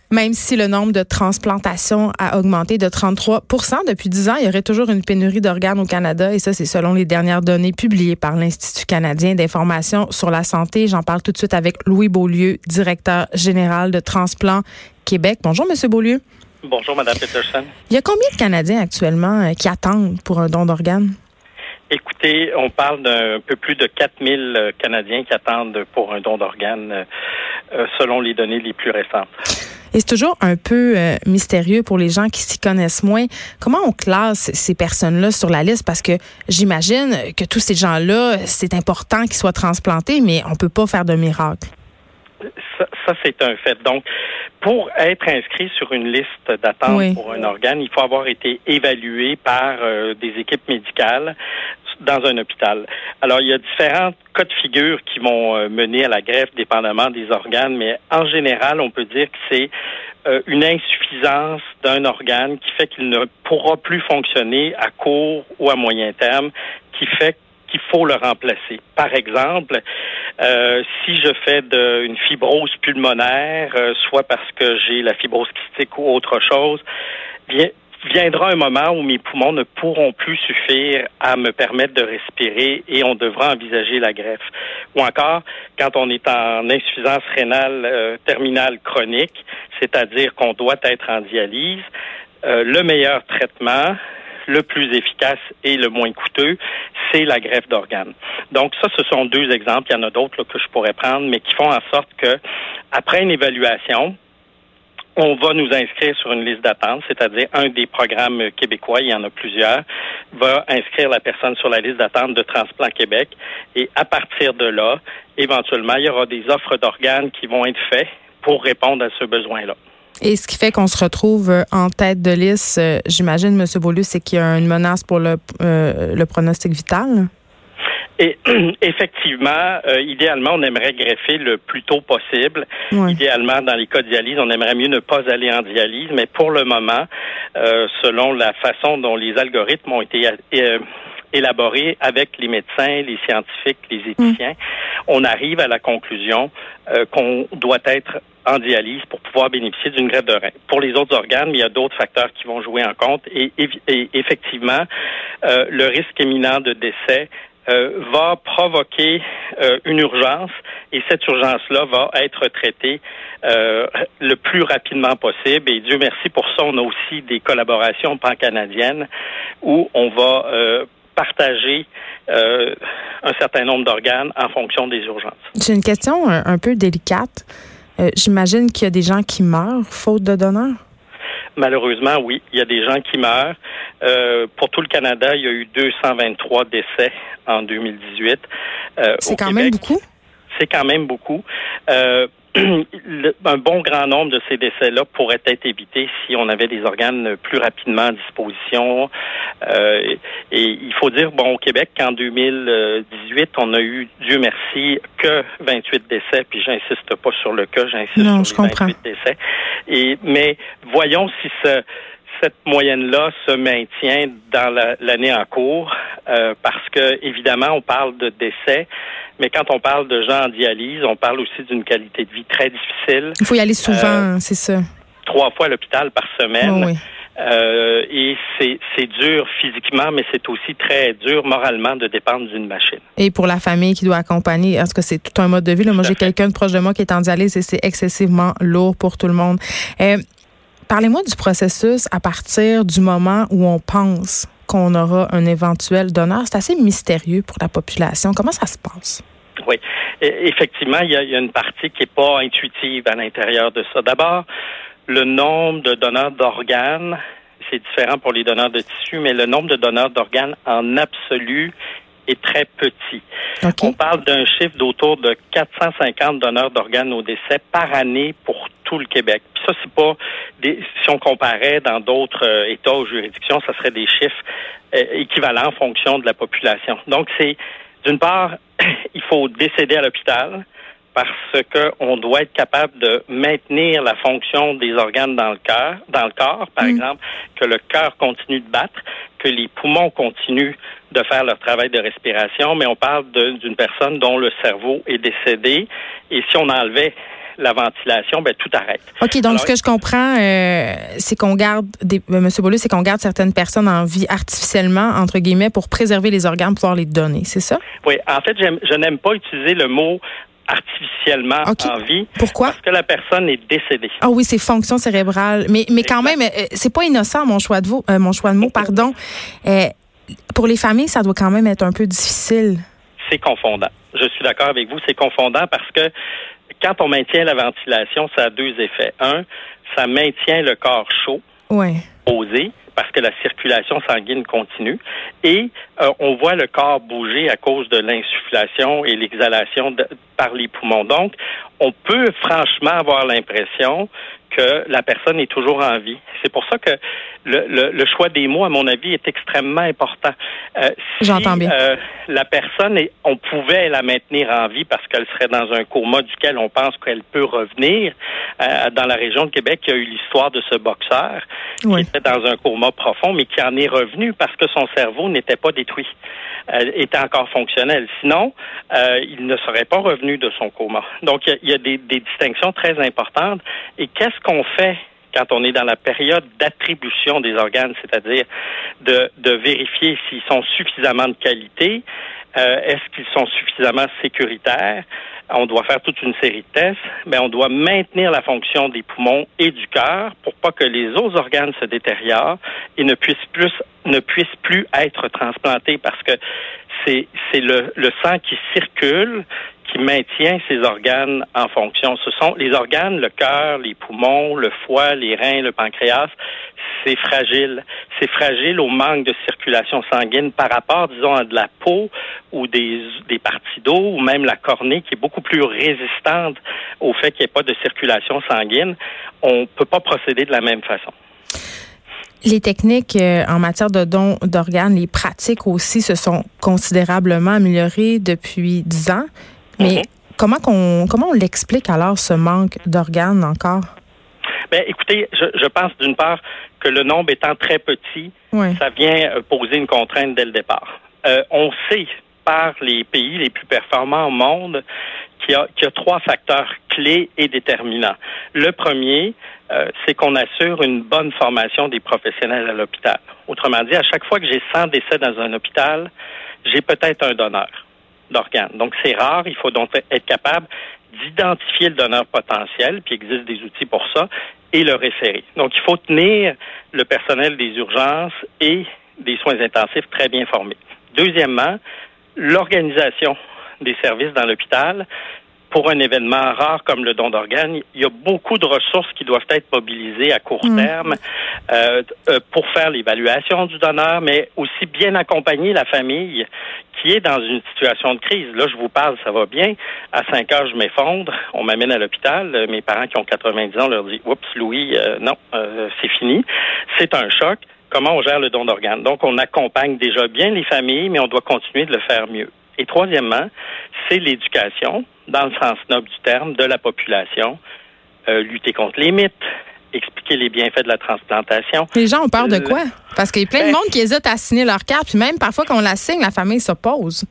Même si le nombre de transplantations a augmenté de 33 % depuis 10 ans, il y aurait toujours une pénurie d'organes au Canada. Et ça, c'est selon les dernières données publiées par l'Institut canadien d'information sur la santé. J'en parle tout de suite avec Louis Beaulieu, directeur général de Transplant Québec. Bonjour, M. Beaulieu. Bonjour, Mme Peterson. Il y a combien de Canadiens actuellement qui attendent pour un don d'organes? Écoutez, on parle d'un peu plus de 4000 Canadiens qui attendent pour un don d'organes selon les données les plus récentes. Et c'est toujours un peu mystérieux pour les gens qui s'y connaissent moins. Comment on classe ces personnes-là sur la liste? Parce que j'imagine que tous ces gens-là, c'est important qu'ils soient transplantés, mais on peut pas faire de miracle. Ça, c'est un fait. Donc, pour être inscrit sur une liste d'attente pour un organe, il faut avoir été évalué par des équipes médicales dans un hôpital. Alors, il y a différents cas de figure qui vont mener à la greffe dépendamment des organes, mais en général, on peut dire que c'est une insuffisance d'un organe qui fait qu'il ne pourra plus fonctionner à court ou à moyen terme, qui fait qu'il faut le remplacer. Par exemple, si je fais une fibrose pulmonaire, soit parce que j'ai la fibrose kystique ou autre chose, viendra un moment où mes poumons ne pourront plus suffire à me permettre de respirer et on devra envisager la greffe. Ou encore, quand on est en insuffisance rénale terminale chronique, c'est-à-dire qu'on doit être en dialyse, le meilleur traitement, le plus efficace et le moins coûteux, c'est la greffe d'organes. Donc ça, ce sont deux exemples. Il y en a d'autres là, que je pourrais prendre, mais qui font en sorte que, après une évaluation, on va nous inscrire sur une liste d'attente, c'est-à-dire un des programmes québécois, il y en a plusieurs, va inscrire la personne sur la liste d'attente de Transplant Québec. Et à partir de là, éventuellement, il y aura des offres d'organes qui vont être faites pour répondre à ce besoin-là. Et ce qui fait qu'on se retrouve en tête de liste, j'imagine, M. Beaulieu, c'est qu'il y a une menace pour le pronostic vital? Et effectivement, idéalement, on aimerait greffer le plus tôt possible. Ouais. Idéalement, dans les cas de dialyse, on aimerait mieux ne pas aller en dialyse, mais pour le moment, selon la façon dont les algorithmes ont été élaborés avec les médecins, les scientifiques, les éthiciens, on arrive à la conclusion qu'on doit être en dialyse pour pouvoir bénéficier d'une greffe de rein. Pour les autres organes, il y a d'autres facteurs qui vont jouer en compte et effectivement, le risque imminent de décès va provoquer une urgence et cette urgence-là va être traitée le plus rapidement possible. Et Dieu merci pour ça, on a aussi des collaborations pan-canadiennes où on va partager un certain nombre d'organes en fonction des urgences. J'ai une question un peu délicate. J'imagine qu'il y a des gens qui meurent faute de donneurs? Malheureusement, oui. Il y a des gens qui meurent. Pour tout le Canada, il y a eu 223 décès en 2018. C'est quand même beaucoup? C'est quand même beaucoup. Un bon grand nombre de ces décès-là pourraient être évités si on avait des organes plus rapidement à disposition. Et il faut dire, au Québec, qu'en 2018, on a eu, Dieu merci, que 28 décès, puis j'insiste pas sur le cas, j'insiste sur les 28 décès. Mais voyons si cette moyenne-là se maintient dans l'année en cours, parce que, évidemment, on parle de décès, mais quand on parle de gens en dialyse, on parle aussi d'une qualité de vie très difficile. Il faut y aller souvent, c'est ça. 3 fois à l'hôpital par semaine. Oh, oui. Et c'est dur physiquement, mais c'est aussi très dur moralement de dépendre d'une machine. Et pour la famille qui doit accompagner, est-ce que c'est tout un mode de vie? Là, moi, j'ai quelqu'un de proche de moi qui est en dialyse et c'est excessivement lourd pour tout le monde. Parlez-moi du processus à partir du moment où on pense qu'on aura un éventuel donneur. C'est assez mystérieux pour la population. Comment ça se passe? Oui. Effectivement, il y a une partie qui n'est pas intuitive à l'intérieur de ça. D'abord, le nombre de donneurs d'organes, c'est différent pour les donneurs de tissus, mais le nombre de donneurs d'organes en absolu est très petit. Okay. On parle d'un chiffre d'autour de 450 donneurs d'organes au décès par année pour tout le Québec. Puis ça, c'est pas si on comparait dans d'autres États ou juridictions, ça serait des chiffres équivalents en fonction de la population. Donc, c'est, d'une part, il faut décéder à l'hôpital parce qu'on doit être capable de maintenir la fonction des organes dans le corps, par exemple, que le cœur continue de battre, que les poumons continuent de faire leur travail de respiration, mais on parle d'une personne dont le cerveau est décédé, et si on enlevait la ventilation, tout arrête. OK, donc alors, ce que je comprends, c'est qu'on garde, M. Beaulieu, c'est qu'on garde certaines personnes en vie artificiellement, entre guillemets, pour préserver les organes, pouvoir les donner, c'est ça? Oui, en fait, je n'aime pas utiliser le mot artificiellement en vie. Pourquoi? Parce que la personne est décédée. Ah oui, c'est fonction cérébrale. Mais quand même, c'est pas innocent, mon choix de mots, pardon. Pour les familles, ça doit quand même être un peu difficile. C'est confondant. Je suis d'accord avec vous, c'est confondant parce que quand on maintient la ventilation, ça a deux effets. Un, ça maintient le corps chaud, posé, parce que la circulation sanguine continue. Et on voit le corps bouger à cause de l'insufflation et l'exhalation par les poumons. Donc, on peut franchement avoir l'impression que la personne est toujours en vie. C'est pour ça que le choix des mots, à mon avis, est extrêmement important. J'entends bien. La personne, on pouvait la maintenir en vie parce qu'elle serait dans un coma duquel on pense qu'elle peut revenir. Dans la région de Québec, il y a eu l'histoire de ce boxeur qui était dans un coma profond, mais qui en est revenu parce que son cerveau n'était pas détruit, était encore fonctionnel. Sinon, il ne serait pas revenu de son coma. Donc, il y a des distinctions très importantes. Et qu'est-ce qu'on fait quand on est dans la période d'attribution des organes, c'est-à-dire de vérifier s'ils sont suffisamment de qualité, est-ce qu'ils sont suffisamment sécuritaires? On doit faire toute une série de tests, mais on doit maintenir la fonction des poumons et du cœur pour pas que les autres organes se détériorent et ne puissent plus être transplantés parce que c'est le sang qui circule qui maintient ces organes en fonction. Ce sont les organes, le cœur, les poumons, le foie, les reins, le pancréas. C'est fragile. C'est fragile au manque de circulation sanguine par rapport, disons, à de la peau ou des parties d'eau ou même la cornée qui est beaucoup plus résistante au fait qu'il n'y ait pas de circulation sanguine. On ne peut pas procéder de la même façon. Les techniques en matière de don d'organes, les pratiques aussi se sont considérablement améliorées depuis 10 ans. Mais comment on l'explique alors, ce manque d'organes encore? Bien, écoutez, je pense d'une part que le nombre étant très petit, ça vient poser une contrainte dès le départ. On sait par les pays les plus performants au monde qu'il y a 3 facteurs clés et déterminants. Le premier, c'est qu'on assure une bonne formation des professionnels à l'hôpital. Autrement dit, à chaque fois que j'ai 100 décès dans un hôpital, j'ai peut-être un donneur d'organes. Donc, c'est rare. Il faut donc être capable d'identifier le donneur potentiel, puis il existe des outils pour ça, et le référer. Donc, il faut tenir le personnel des urgences et des soins intensifs très bien formés. Deuxièmement, l'organisation des services dans l'hôpital. Pour un événement rare comme le don d'organes, il y a beaucoup de ressources qui doivent être mobilisées à court terme pour faire l'évaluation du donneur, mais aussi bien accompagner la famille qui est dans une situation de crise. Là, je vous parle, ça va bien. À 5 heures, je m'effondre. On m'amène à l'hôpital. Mes parents qui ont 90 ans, on leur dit « Oups, Louis, non, c'est fini. » C'est un choc. Comment on gère le don d'organes? Donc, on accompagne déjà bien les familles, mais on doit continuer de le faire mieux. Et troisièmement, c'est l'éducation, dans le sens noble du terme, de la population, lutter contre les mythes, expliquer les bienfaits de la transplantation. Les gens ont peur de quoi? Parce qu'il y a plein de monde qui hésite à signer leur carte, puis même parfois quand on la signe, la famille s'oppose.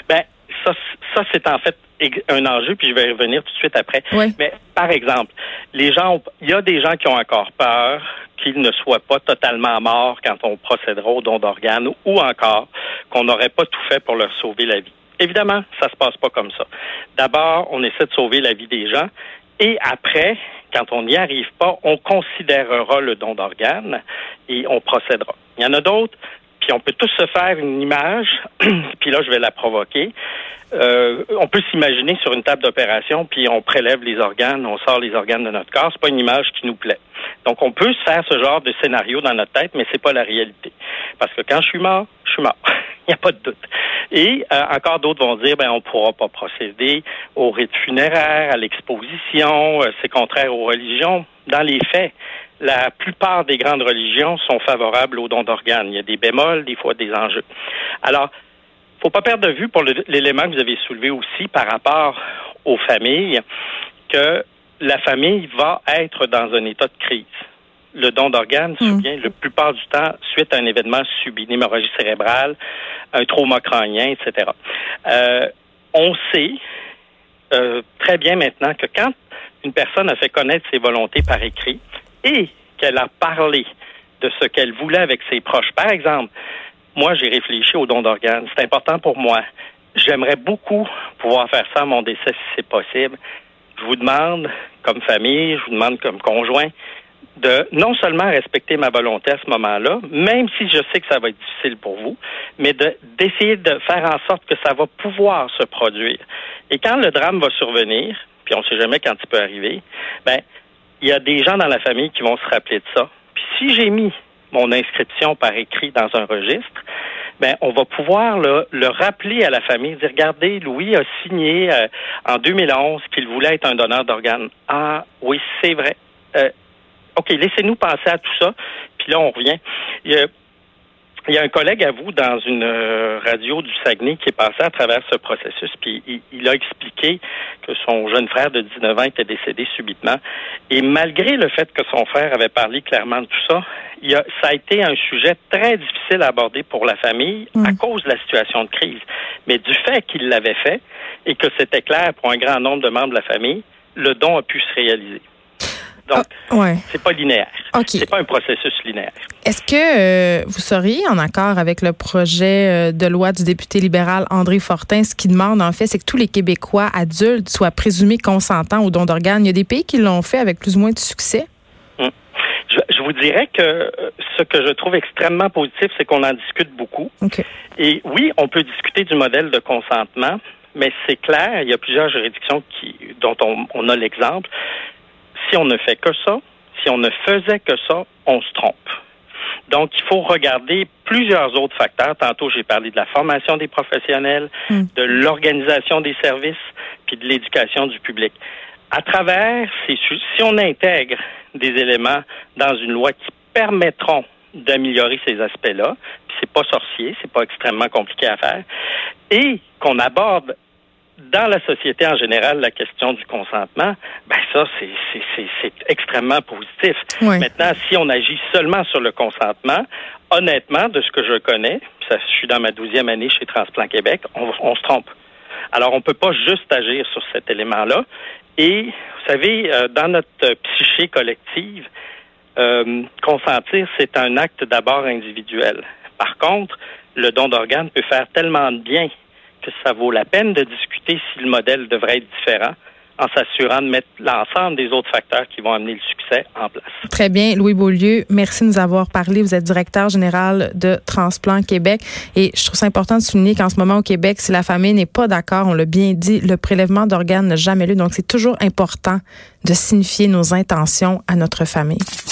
Ça c'est en fait un enjeu, puis je vais y revenir tout de suite après. Oui. Mais par exemple, il y a des gens qui ont encore peur qu'ils ne soient pas totalement morts quand on procédera au don d'organes, ou encore qu'on n'aurait pas tout fait pour leur sauver la vie. Évidemment, ça se passe pas comme ça. D'abord, on essaie de sauver la vie des gens, et après, quand on n'y arrive pas, on considérera le don d'organes et on procédera. Il y en a d'autres, puis on peut tous se faire une image, puis là, je vais la provoquer. On peut s'imaginer sur une table d'opération, puis on prélève les organes, on sort les organes de notre corps. C'est pas une image qui nous plaît. Donc, on peut se faire ce genre de scénario dans notre tête, mais c'est pas la réalité. Parce que quand je suis mort, je suis mort. Il n'y a pas de doute. Et encore d'autres vont dire, on ne pourra pas procéder au rite funéraire, à l'exposition, c'est contraire aux religions. Dans les faits, la plupart des grandes religions sont favorables au don d'organes. Il y a des bémols, des fois des enjeux. Alors, faut pas perdre de vue pour l'élément que vous avez soulevé aussi par rapport aux familles, que la famille va être dans un état de crise. Le don d'organes survient la plupart du temps suite à un événement subi, une hémorragie cérébrale, un trauma crânien, etc. On sait très bien maintenant que quand une personne a fait connaître ses volontés par écrit et qu'elle a parlé de ce qu'elle voulait avec ses proches. Par exemple, moi, j'ai réfléchi au don d'organes. C'est important pour moi. J'aimerais beaucoup pouvoir faire ça à mon décès si c'est possible. Je vous demande, comme famille, je vous demande comme conjoint, de non seulement respecter ma volonté à ce moment-là, même si je sais que ça va être difficile pour vous, mais d'essayer de faire en sorte que ça va pouvoir se produire. Et quand le drame va survenir, puis on ne sait jamais quand il peut arriver, ben il y a des gens dans la famille qui vont se rappeler de ça. Puis si j'ai mis mon inscription par écrit dans un registre, ben on va pouvoir le rappeler à la famille, dire regardez, Louis a signé en 2011 qu'il voulait être un donneur d'organes. Ah oui, c'est vrai. OK, laissez-nous penser à tout ça, puis là, on revient. Il y a un collègue à vous dans une radio du Saguenay qui est passé à travers ce processus, puis il a expliqué que son jeune frère de 19 ans était décédé subitement. Et malgré le fait que son frère avait parlé clairement de tout ça, ça a été un sujet très difficile à aborder pour la famille à cause de la situation de crise. Mais du fait qu'il l'avait fait et que c'était clair pour un grand nombre de membres de la famille, le don a pu se réaliser. Donc, c'est pas linéaire. Okay. C'est pas un processus linéaire. Est-ce que vous seriez en accord avec le projet de loi du député libéral André Fortin? Ce qu'il demande, en fait, c'est que tous les Québécois adultes soient présumés consentants au don d'organes. Il y a des pays qui l'ont fait avec plus ou moins de succès. Je vous dirais que ce que je trouve extrêmement positif, c'est qu'on en discute beaucoup. Okay. Et oui, on peut discuter du modèle de consentement, mais c'est clair, il y a plusieurs juridictions dont on a l'exemple. Si on ne fait que ça, si on ne faisait que ça, on se trompe. Donc, il faut regarder plusieurs autres facteurs. Tantôt, j'ai parlé de la formation des professionnels, de l'organisation des services, puis de l'éducation du public. À travers si on intègre des éléments dans une loi qui permettront d'améliorer ces aspects-là, puis c'est pas sorcier, c'est pas extrêmement compliqué à faire, et qu'on aborde dans la société en général la question du consentement, ben ça, c'est extrêmement positif. Oui. Maintenant, si on agit seulement sur le consentement, honnêtement, de ce que je connais, je suis dans ma 12e année chez Transplant Québec, on se trompe. Alors, on peut pas juste agir sur cet élément-là. Et, vous savez, dans notre psyché collective, consentir, c'est un acte d'abord individuel. Par contre, le don d'organes peut faire tellement de bien que ça vaut la peine de discuter si le modèle devrait être différent en s'assurant de mettre l'ensemble des autres facteurs qui vont amener le succès en place. Très bien. Louis Beaulieu, merci de nous avoir parlé. Vous êtes directeur général de Transplant Québec. Et je trouve ça important de souligner qu'en ce moment au Québec, si la famille n'est pas d'accord, on l'a bien dit, le prélèvement d'organes n'a jamais lieu. Donc, c'est toujours important de signifier nos intentions à notre famille.